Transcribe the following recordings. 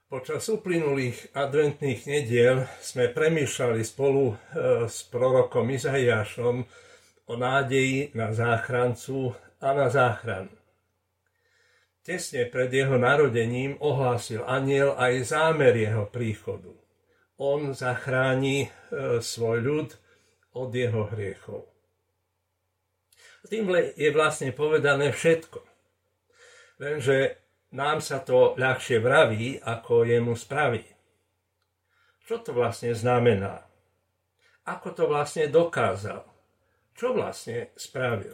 Počas uplynulých adventných nediel sme premýšľali spolu s prorokom Izaiášom o nádeji na záchrancu a na záchranu. Tesne pred jeho narodením ohlásil anjel aj zámer jeho príchodu. On zachráni svoj ľud od jeho hriechov. Tým je vlastne povedané všetko. Lenže nám sa to ľahšie vraví, ako jemu spraví. Čo to vlastne znamená? Ako to vlastne dokázal? Čo vlastne spravil?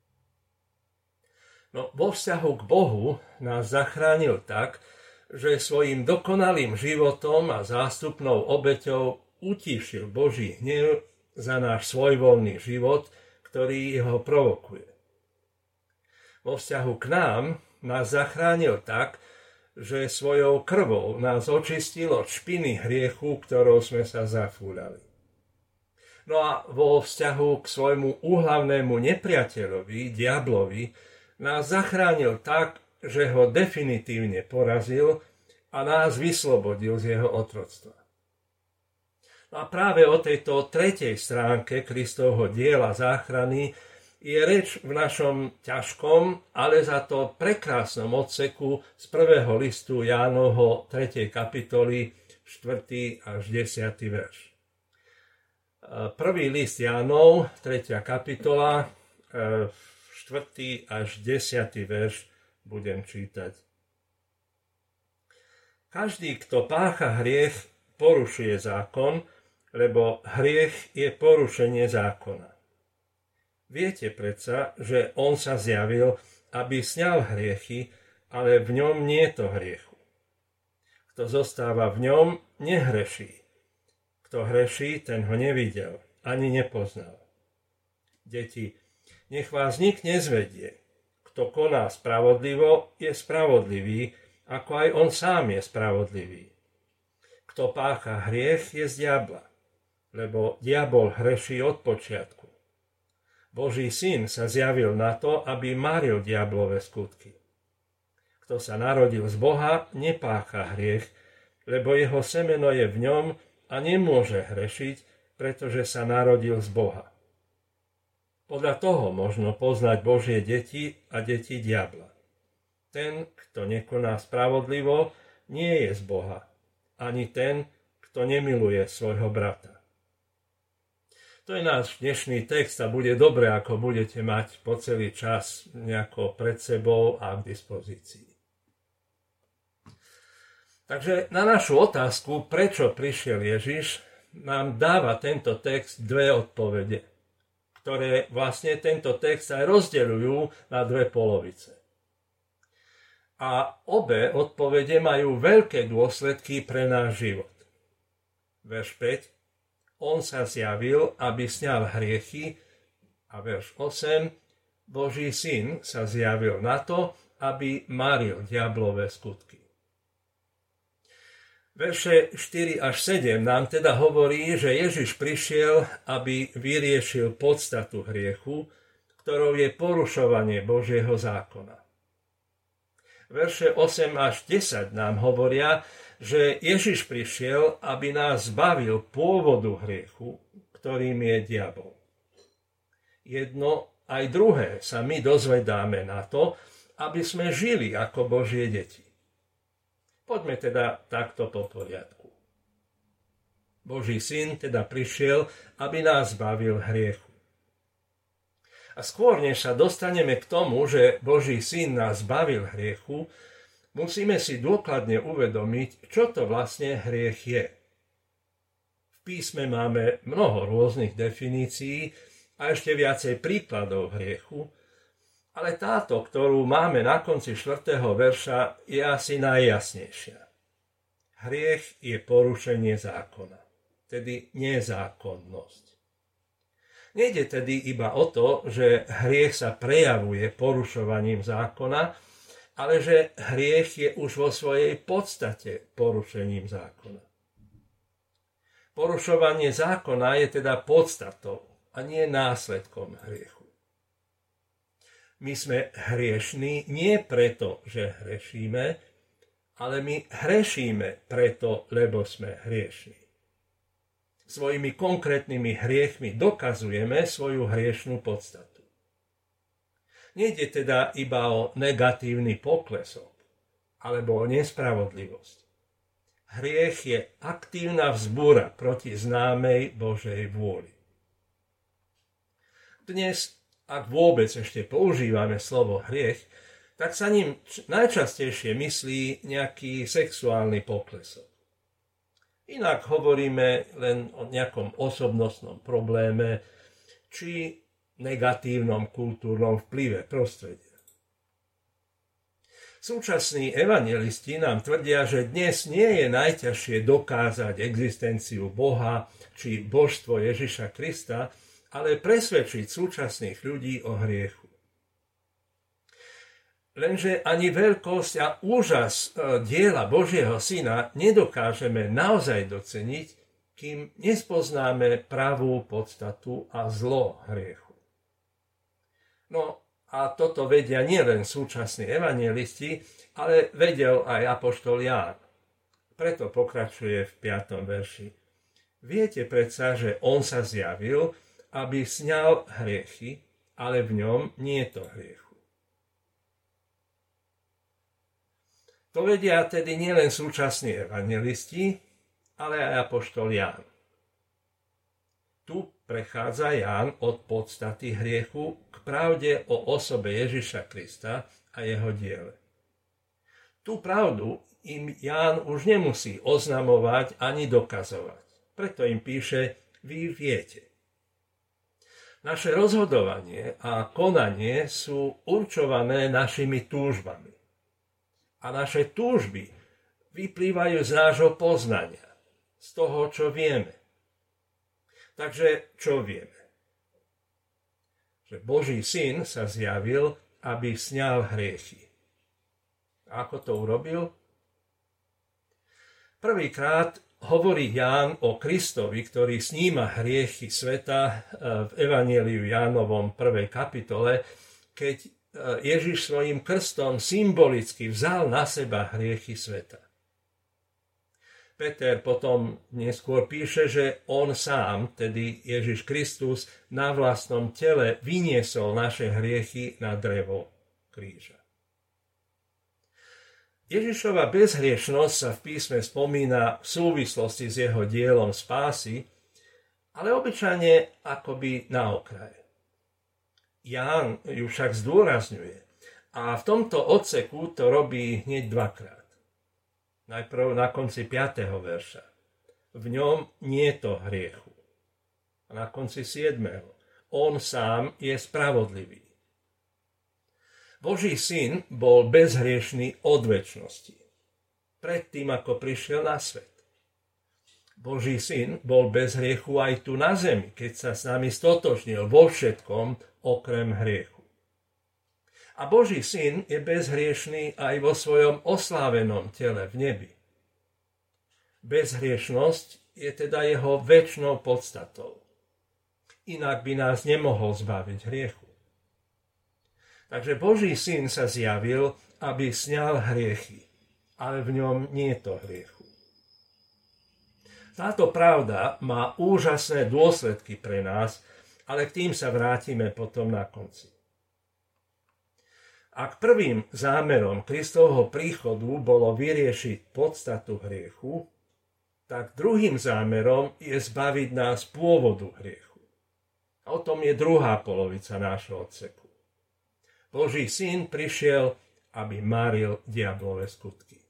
No, vo vzťahu k Bohu nás zachránil tak, že svojim dokonalým životom a zástupnou obeťou utíšil Boží hnev za náš svojvoľný život, ktorý ho provokuje. Vo vzťahu k nám nás zachránil tak, že svojou krvou nás očistil od špiny hriechu, ktorou sme sa zafúľali. No a vo vzťahu k svojmu úhlavnému nepriateľovi, diablovi, nás zachránil tak, že ho definitívne porazil a nás vyslobodil z jeho otroctva. No a práve o tejto tretej stránke Kristovho diela záchrany je reč v našom ťažkom, ale za to prekrásnom odseku z prvého listu Jánovho 3. kapitoly 4. až 10. verš. Prvý list Jánov, 3. kapitola, 4. až 10. verš budem čítať. Každý, kto pácha hriech, porušuje zákon, lebo hriech je porušenie zákona. Viete predsa, že on sa zjavil, aby sňal hriechy, ale v ňom nie je to hriechu. Kto zostáva v ňom, nehreší. Kto hreší, ten ho nevidel, ani nepoznal. Deti, nech vás nik nezvedie. Kto koná spravodlivo, je spravodlivý, ako aj on sám je spravodlivý. Kto pácha hriech, je z diabla, lebo diabol hreší od počiatku. Boží syn sa zjavil na to, aby maril diablové skutky. Kto sa narodil z Boha, nepácha hriech, lebo jeho semeno je v ňom a nemôže hrešiť, pretože sa narodil z Boha. Podľa toho možno poznať Božie deti a deti diabla. Ten, kto nekoná spravodlivo, nie je z Boha, ani ten, kto nemiluje svojho brata. To je náš dnešný text a bude dobre, ako budete mať po celý čas nejako pred sebou a k dispozícii. Takže na našu otázku, prečo prišiel Ježiš, nám dáva tento text dve odpovede, ktoré vlastne tento text aj rozdeľujú na dve polovice. A obe odpovede majú veľké dôsledky pre náš život. Verš 5. On sa zjavil, aby sňal hriechy, a verš 8. Boží syn sa zjavil na to, aby maril diablové skutky. Verše 4 až 7 nám teda hovorí, že Ježiš prišiel, aby vyriešil podstatu hriechu, ktorou je porušovanie Božieho zákona. Verše 8 až 10 nám hovoria, že Ježiš prišiel, aby nás zbavil pôvodu hriechu, ktorým je diabol. Jedno aj druhé sa my dozvedáme na to, aby sme žili ako Božie deti. Poďme teda takto po poriadku. Boží syn teda prišiel, aby nás zbavil hriechu. A skôr, než sa dostaneme k tomu, že Boží syn nás zbavil hriechu, musíme si dôkladne uvedomiť, čo to vlastne hriech je. V písme máme mnoho rôznych definícií a ešte viacej príkladov hriechu, ale táto, ktorú máme na konci 4. verša, je asi najjasnejšia. Hriech je porušenie zákona, tedy nezákonnosť. Nejde tedy iba o to, že hriech sa prejavuje porušovaním zákona, ale že hriech je už vo svojej podstate porušením zákona. Porušovanie zákona je teda podstatou a nie následkom hriechu. My sme hriešní nie preto, že hrešíme, ale my hrešíme preto, lebo sme hriešni. Svojimi konkrétnymi hriechmi dokazujeme svoju hriešnú podstatu. Nejde teda iba o negatívny poklesok, alebo o nespravodlivosť. Hriech je aktívna vzbúra proti známej Božej vôli. Dnes, ak vôbec ešte používame slovo hriech, tak sa ním najčastejšie myslí nejaký sexuálny poklesok. Inak hovoríme len o nejakom osobnostnom probléme či negatívnom kultúrnom vplyve prostredia. Súčasní evanjelisti nám tvrdia, že dnes nie je najťažšie dokázať existenciu Boha či božstvo Ježiša Krista, ale presvedčiť súčasných ľudí o hriechu. Lenže ani veľkosť a úžas diela Božieho Syna nedokážeme naozaj doceniť, kým nespoznáme pravú podstatu a zlo hriechu. No a toto vedia nielen súčasní evanjelisti, ale vedel aj apoštol Ján. Preto pokračuje v 5. verši. Viete predsa, že on sa zjavil, aby sňal hriechy, ale v ňom nie je to hriechu. To vedia tedy nielen súčasní evanjelisti, ale aj apoštol Ján. Tu prechádza Ján od podstaty hriechu k pravde o osobe Ježiša Krista a jeho diele. Tú pravdu im Ján už nemusí oznamovať ani dokazovať. Preto im píše, vy viete. Naše rozhodovanie a konanie sú určované našimi túžbami. A naše túžby vyplývajú z nášho poznania, z toho, čo vieme. Takže čo vieme? Že Boží Syn sa zjavil, aby sňal hriechy. A ako to urobil? Prvýkrát hovorí Ján o Kristovi, ktorý sníma hriechy sveta v Evanjeliu Jánovom 1. kapitole, keď Ježiš svojím krstom symbolicky vzal na seba hriechy sveta. Peter potom neskôr píše, že on sám, tedy Ježiš Kristus, na vlastnom tele vyniesol naše hriechy na drevo kríža. Ježišova bezhriešnosť sa v písme spomína v súvislosti s jeho dielom spásy, ale obyčajne akoby na okraj. Ján ju však zdôrazňuje a v tomto odseku to robí hneď dvakrát. Najprv na konci 5. verša. V ňom nie je to hriechu. A na konci 7. On sám je spravodlivý. Boží Syn bol bezhriešný od večnosti. Predtým, ako prišiel na svet. Boží Syn bol bez hriechu aj tu na zemi, keď sa s nami stotožnil vo všetkom, okrem hriechu. A Boží Syn je bezhriešný aj vo svojom oslávenom tele v nebi. Bezhriešnosť je teda jeho večnou podstatou. Inak by nás nemohol zbaviť hriechu. Takže Boží Syn sa zjavil, aby sňal hriechy, ale v ňom nie je to hriechu. Táto pravda má úžasné dôsledky pre nás, ale k tým sa vrátime potom na konci. Ak prvým zámerom Kristovho príchodu bolo vyriešiť podstatu hriechu, tak druhým zámerom je zbaviť nás pôvodu hriechu. A o tom je druhá polovica nášho odseku. Boží Syn prišiel, aby maril diablove skutky.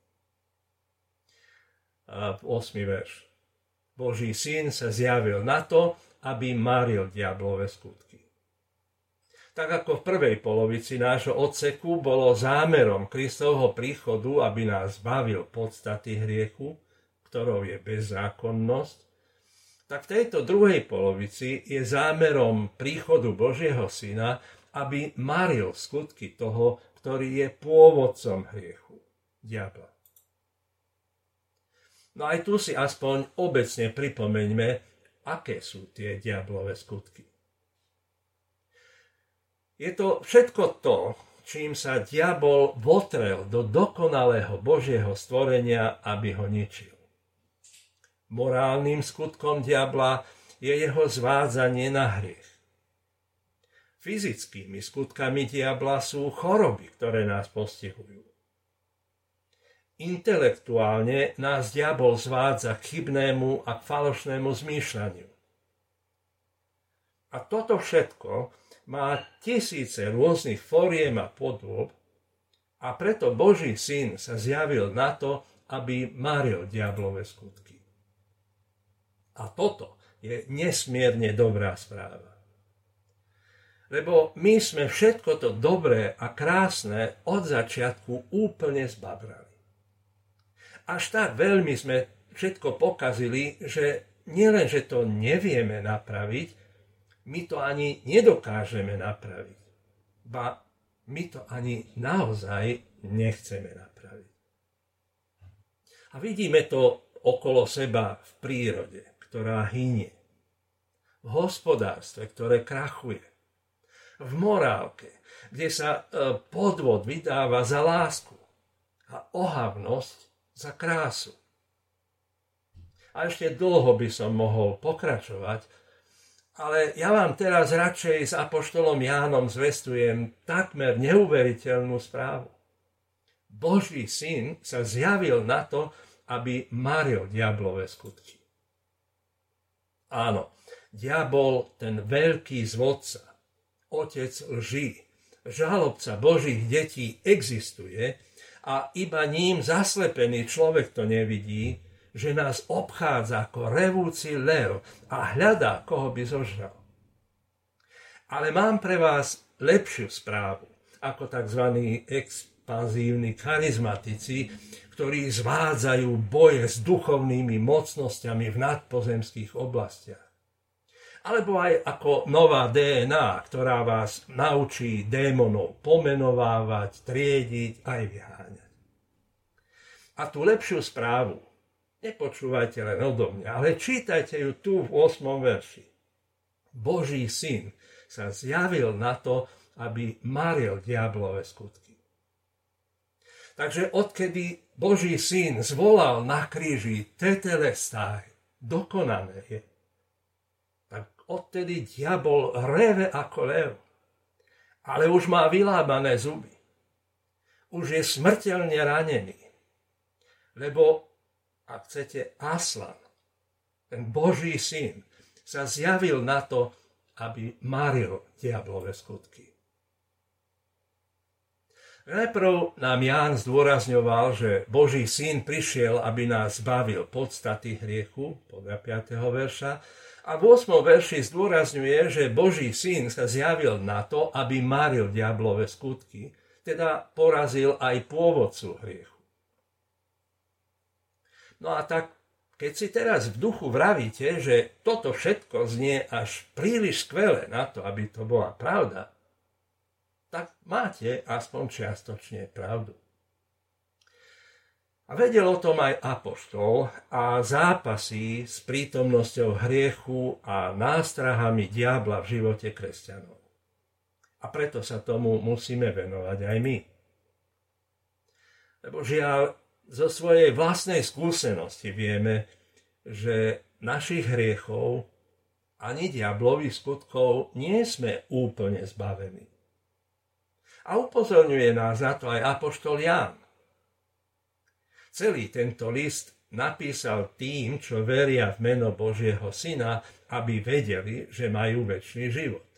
A 8. verš. Boží Syn sa zjavil na to, aby maril diablove skutky. Tak ako v prvej polovici nášho odseku bolo zámerom Kristovho príchodu, aby nás zbavil podstaty hriechu, ktorou je bezzákonnosť, tak v tejto druhej polovici je zámerom príchodu Božieho Syna, aby maril skutky toho, ktorý je pôvodcom hriechu, diabla. No aj tu si aspoň obecne pripomeňme, aké sú tie diablové skutky. Je to všetko to, čím sa diabol votrel do dokonalého Božieho stvorenia, aby ho ničil. Morálnym skutkom diabla je jeho zvádzanie na hriech. Fyzickými skutkami diabla sú choroby, ktoré nás postihujú. Intelektuálne nás diabol zvádza k chybnému a k falošnému zmýšľaniu. A toto všetko má tisíce rôznych foriem a podôb a preto Boží syn sa zjavil na to, aby maril diablové skutky. A toto je nesmierne dobrá správa. Lebo my sme všetko to dobré a krásne od začiatku úplne zbabrali. Až tak veľmi sme všetko pokazili, že nielen, že to nevieme napraviť, my to ani nedokážeme napraviť. Ba my to ani naozaj nechceme napraviť. A vidíme to okolo seba v prírode, ktorá hynie. V hospodárstve, ktoré krachuje. V morálke, kde sa podvod vydáva za lásku a ohavnosť za krásu. A ešte dlho by som mohol pokračovať, ale ja vám teraz radšej s apoštolom Jánom zvestujem takmer neuveriteľnú správu. Boží syn sa zjavil na to, aby maril diablové skutky. Áno, diabol, ten veľký zvodca, otec lží, žalobca Božích detí existuje a iba ním zaslepený človek to nevidí, že nás obchádza ako revúci lev a hľadá, koho by zožral. Ale mám pre vás lepšiu správu, ako tzv. Expanzívni charizmatici, ktorí zvádzajú boje s duchovnými mocnosťami v nadpozemských oblastiach. Alebo aj ako nová DNA, ktorá vás naučí démonov pomenovávať, triediť aj vyháňať. A tú lepšiu správu nepočúvajte len odo mňa, ale čítajte ju tu v 8. verši. Boží syn sa zjavil na to, aby maril diablové skutky. Takže odkedy Boží syn zvolal na kríži tetelestai, dokonané je, tak odtedy diabol reve ako lev, ale už má vylámané zuby. Už je smrteľne ranený, lebo ak chcete, Aslan, ten Boží syn, sa zjavil na to, aby maril diablové skutky. Najprv nám Ján zdôrazňoval, že Boží syn prišiel, aby nás zbavil podstaty hriechu, podľa 5. verša, a v 8. verši zdôrazňuje, že Boží syn sa zjavil na to, aby maril diablové skutky, teda porazil aj pôvodcu hriechu. No a tak, keď si teraz v duchu vravíte, že toto všetko znie až príliš skvelé na to, aby to bola pravda, tak máte aspoň čiastočne pravdu. A vedel o tom aj apoštol a zápasí s prítomnosťou hriechu a nástrahami diabla v živote kresťanov. A preto sa tomu musíme venovať aj my. Lebo žiaľ, zo svojej vlastnej skúsenosti vieme, že našich hriechov ani diablových skutkov nie sme úplne zbavení. A upozorňuje nás na to aj apoštol Ján. Celý tento list napísal tým, čo veria v meno Božieho syna, aby vedeli, že majú večný život.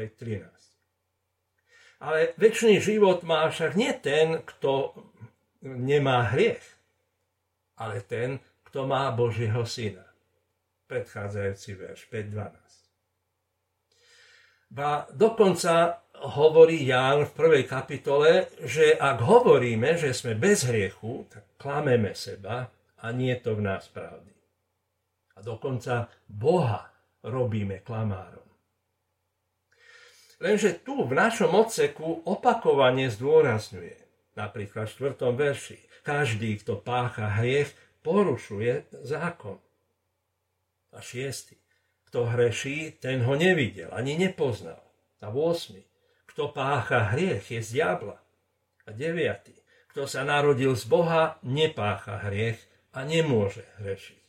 5.13. Ale večný život má však nie ten, kto nemá hriech, ale ten, kto má Božieho syna. Predchádzajúci verš 5.12. Ba dokonca hovorí Ján v 1. kapitole, že ak hovoríme, že sme bez hriechu, tak klameme seba a nie je to v nás pravdy. A dokonca Boha robíme klamárom. Lenže tu v našom odseku opakovane zdôrazňuje, napríklad v 4. verši, každý, kto pácha hriech, porušuje zákon. A 6. Kto hreší, ten ho nevidel, ani nepoznal. A 8. Kto pácha hriech, je z diabla. A 9. Kto sa narodil z Boha, nepácha hriech a nemôže hrešiť.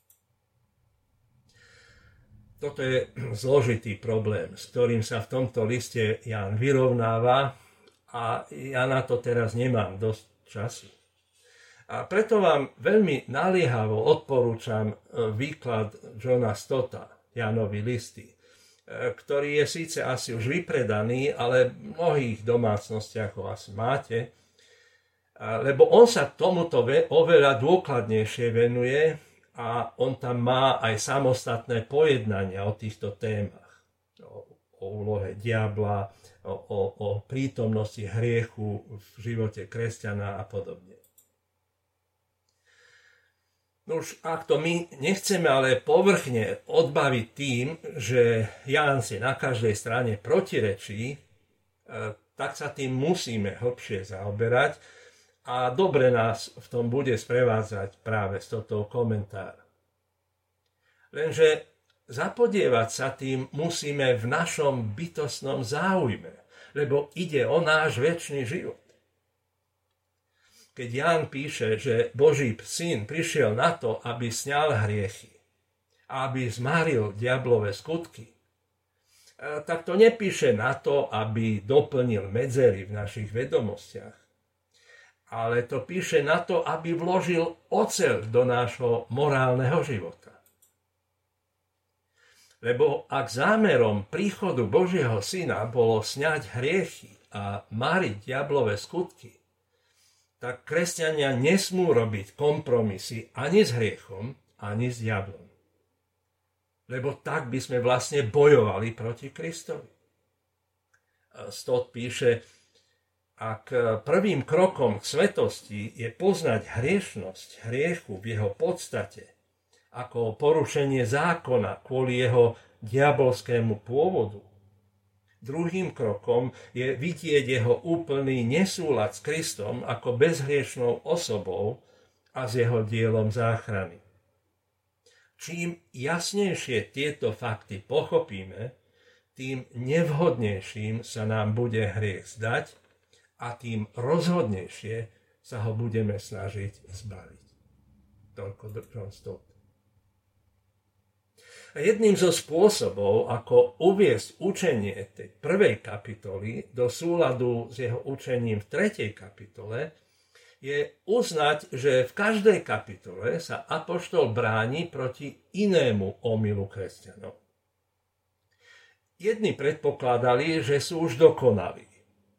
Toto je zložitý problém, s ktorým sa v tomto liste Ján vyrovnáva a ja na to teraz nemám dosť času. A preto vám veľmi naliehavo odporúčam výklad Johna Stotta, Jánovi listy, ktorý je síce asi už vypredaný, ale v mnohých domácnostiach ho asi máte, lebo on sa tomuto oveľa dôkladnejšie venuje a on tam má aj samostatné pojednania o týchto témach. O úlohe diabla, o prítomnosti hriechu v živote kresťana a podobne. No už ak to my nechceme ale povrchne odbaviť tým, že Ján si na každej strane protirečí, tak sa tým musíme hlbšie zaoberať a dobre nás v tom bude sprevádzať práve z tohto komentára. Lenže zapodievať sa tým musíme v našom bytostnom záujme, lebo ide o náš večný život. Keď Ján píše, že Boží syn prišiel na to, aby sňal hriechy a aby zmaril diablové skutky, tak to nepíše na to, aby doplnil medzery v našich vedomostiach, ale to píše na to, aby vložil oceľ do nášho morálneho života. Lebo ak zámerom príchodu Božieho syna bolo sňať hriechy a mariť diablové skutky, tak kresťania nesmú robiť kompromisy ani s hriechom, ani s diablom. Lebo tak by sme vlastne bojovali proti Kristovi. Stott píše, ak prvým krokom k svetosti je poznať hriešnosť hriechu v jeho podstate, ako porušenie zákona kvôli jeho diabolskému pôvodu, druhým krokom je vidieť jeho úplný nesúlad s Kristom ako bezhriešnou osobou a s jeho dielom záchrany. Čím jasnejšie tieto fakty pochopíme, tým nevhodnejším sa nám bude hriech zdať a tým rozhodnejšie sa ho budeme snažiť zbaviť. Toľko John Stott. A jedným zo spôsobov, ako uviesť učenie tej prvej kapitoly do súladu s jeho učením v 3. kapitole, je uznať, že v každej kapitole sa apoštol bráni proti inému omylu kresťanov. Jedni predpokladali, že sú už dokonalí.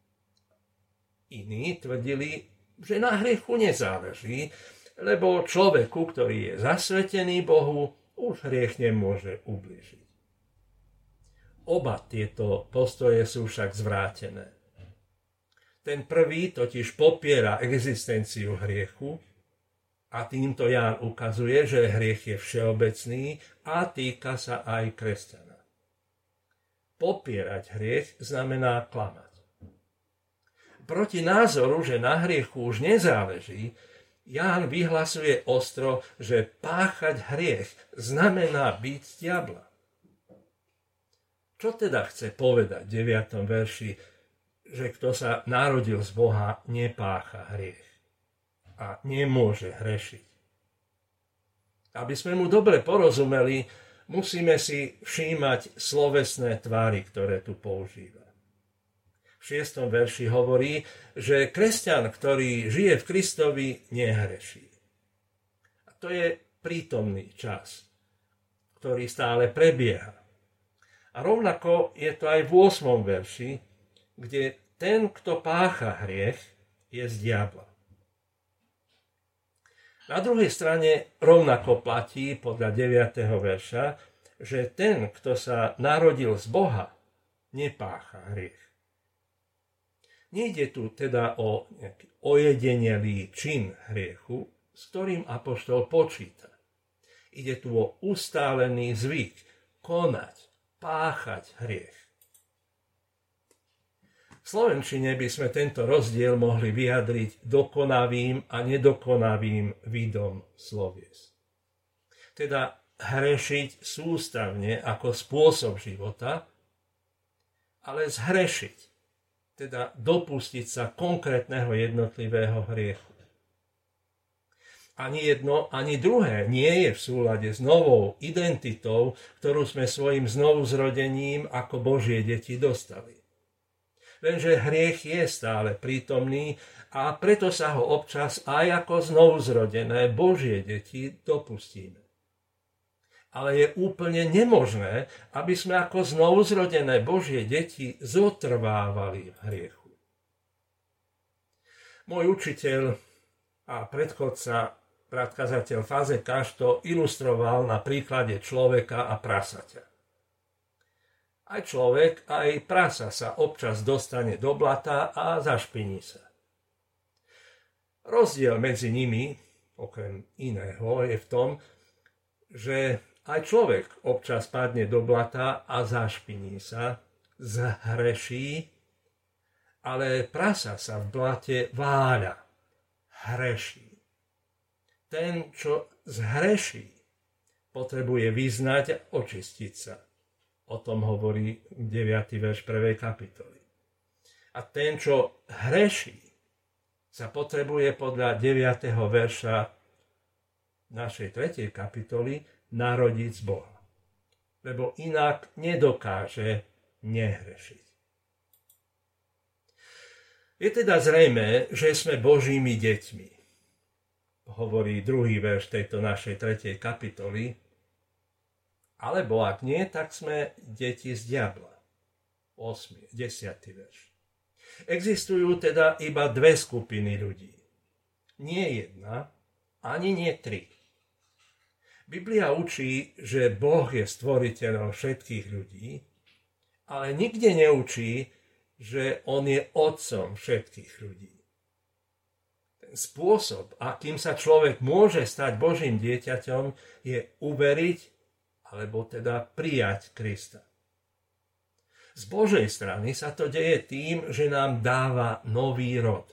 Iní tvrdili, že na hriechu nezáleží, lebo človeku, ktorý je zasvetený Bohu, už hriech nemôže ublížiť. Oba tieto postoje sú však zvrátené. Ten prvý totiž popiera existenciu hriechu a týmto Ján ukazuje, že hriech je všeobecný a týka sa aj kresťana. Popierať hriech znamená klamať. Proti názoru, že na hriechu už nezáleží, Ján vyhlasuje ostro, že páchať hriech znamená byť z diabla. Čo teda chce povedať v 9. verši, že kto sa narodil z Boha, nepácha hriech a nemôže hrešiť? Aby sme mu dobre porozumeli, musíme si všímať slovesné tvary, ktoré tu používa. V 6. verši hovorí, že kresťan, ktorý žije v Kristovi, nehreší. A to je prítomný čas, ktorý stále prebieha. A rovnako je to aj v 8. verši, kde ten, kto pácha hriech, je z diabla. Na druhej strane rovnako platí podľa 9. verša, že ten, kto sa narodil z Boha, nepácha hriech. Nejde tu teda o nejaký ojedinelý čin hriechu, s ktorým apoštol počíta. Ide tu o ustálený zvyk konať, páchať hriech. V slovenčine by sme tento rozdiel mohli vyjadriť dokonavým a nedokonavým vidom slovies. Teda hrešiť sústavne ako spôsob života, ale zhrešiť teda dopustiť sa konkrétneho jednotlivého hriechu. Ani jedno, ani druhé nie je v súlade s novou identitou, ktorú sme svojim znovuzrodením ako Božie deti dostali. Lenže hriech je stále prítomný a preto sa ho občas aj ako znovuzrodené Božie deti dopustíme. Ale je úplne nemožné, aby sme ako znovuzrodené Božie deti zotrvávali v hriechu. Môj učiteľ a predchodca, brat kazateľ Fazekáš, to ilustroval na príklade človeka a prasaťa. Aj človek, aj prasa sa občas dostane do blata a zašpiní sa. Rozdiel medzi nimi, okrem iného, je v tom, že aj človek občas padne do blata a zašpiní sa, zhreší, ale prasa sa v blate váľa, hreší. Ten, čo zhreší, potrebuje vyznať a očistiť sa. O tom hovorí 9. verš 1. kapitoly. A ten, čo hreší, sa potrebuje podľa 9. verša našej 3. kapitoly narodiť z Boha. Lebo inak nedokáže nehrešiť. Je teda zrejmé, že sme Božími deťmi. Hovorí 2. verš tejto našej 3. kapitoly. Alebo ak nie, tak sme deti z diabla. 10. verš. Existujú teda iba dve skupiny ľudí. Nie jedna, ani nie tri. Biblia učí, že Boh je stvoriteľom všetkých ľudí, ale nikde neučí, že on je otcom všetkých ľudí. Ten spôsob, akým sa človek môže stať Božím dieťaťom, je uveriť alebo teda prijať Krista. Z Božej strany sa to deje tým, že nám dáva nový rod.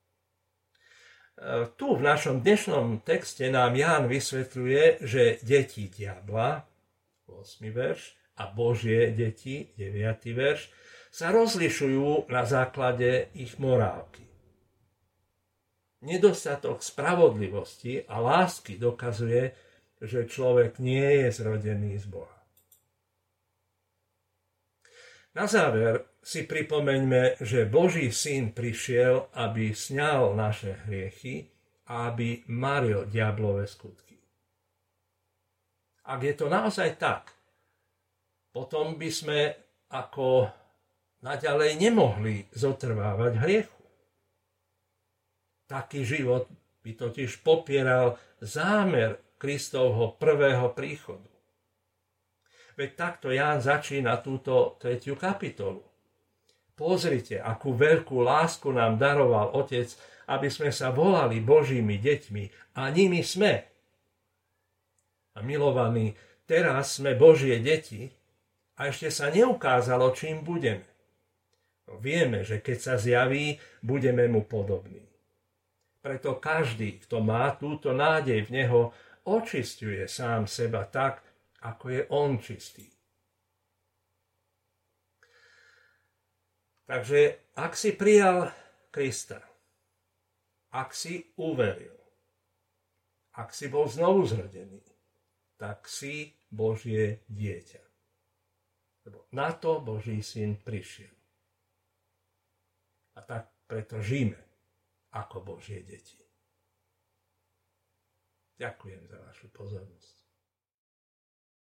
Tu v našom dnešnom texte nám Ján vysvetľuje, že deti diabla, 8. verš, a Božie deti, 9. verš, sa rozlišujú na základe ich morálky. Nedostatok spravodlivosti a lásky dokazuje, že človek nie je zrodený z Boha. Na záver si pripomeňme, že Boží syn prišiel, aby sňal naše hriechy a aby maril diablové skutky. Ak je to naozaj tak, potom by sme ako naďalej nemohli zotrvávať hriechu. Taký život by totiž popieral zámer Kristovho prvého príchodu. Veď takto Ján začína túto 3. kapitolu. Pozrite, akú veľkú lásku nám daroval Otec, aby sme sa volali Božími deťmi, a nimi sme. A milovaní, teraz sme Božie deti a ešte sa neukázalo, čím budeme. No, vieme, že keď sa zjaví, budeme mu podobní. Preto každý, kto má túto nádej v neho, očisťuje sám seba tak, ako je on čistý. Takže ak si prijal Krista, ak si uveril, ak si bol znovu zrodený, tak si Božie dieťa. Lebo na to Boží syn prišiel. A tak preto žijeme ako Božie deti. Ďakujem za vašu pozornosť.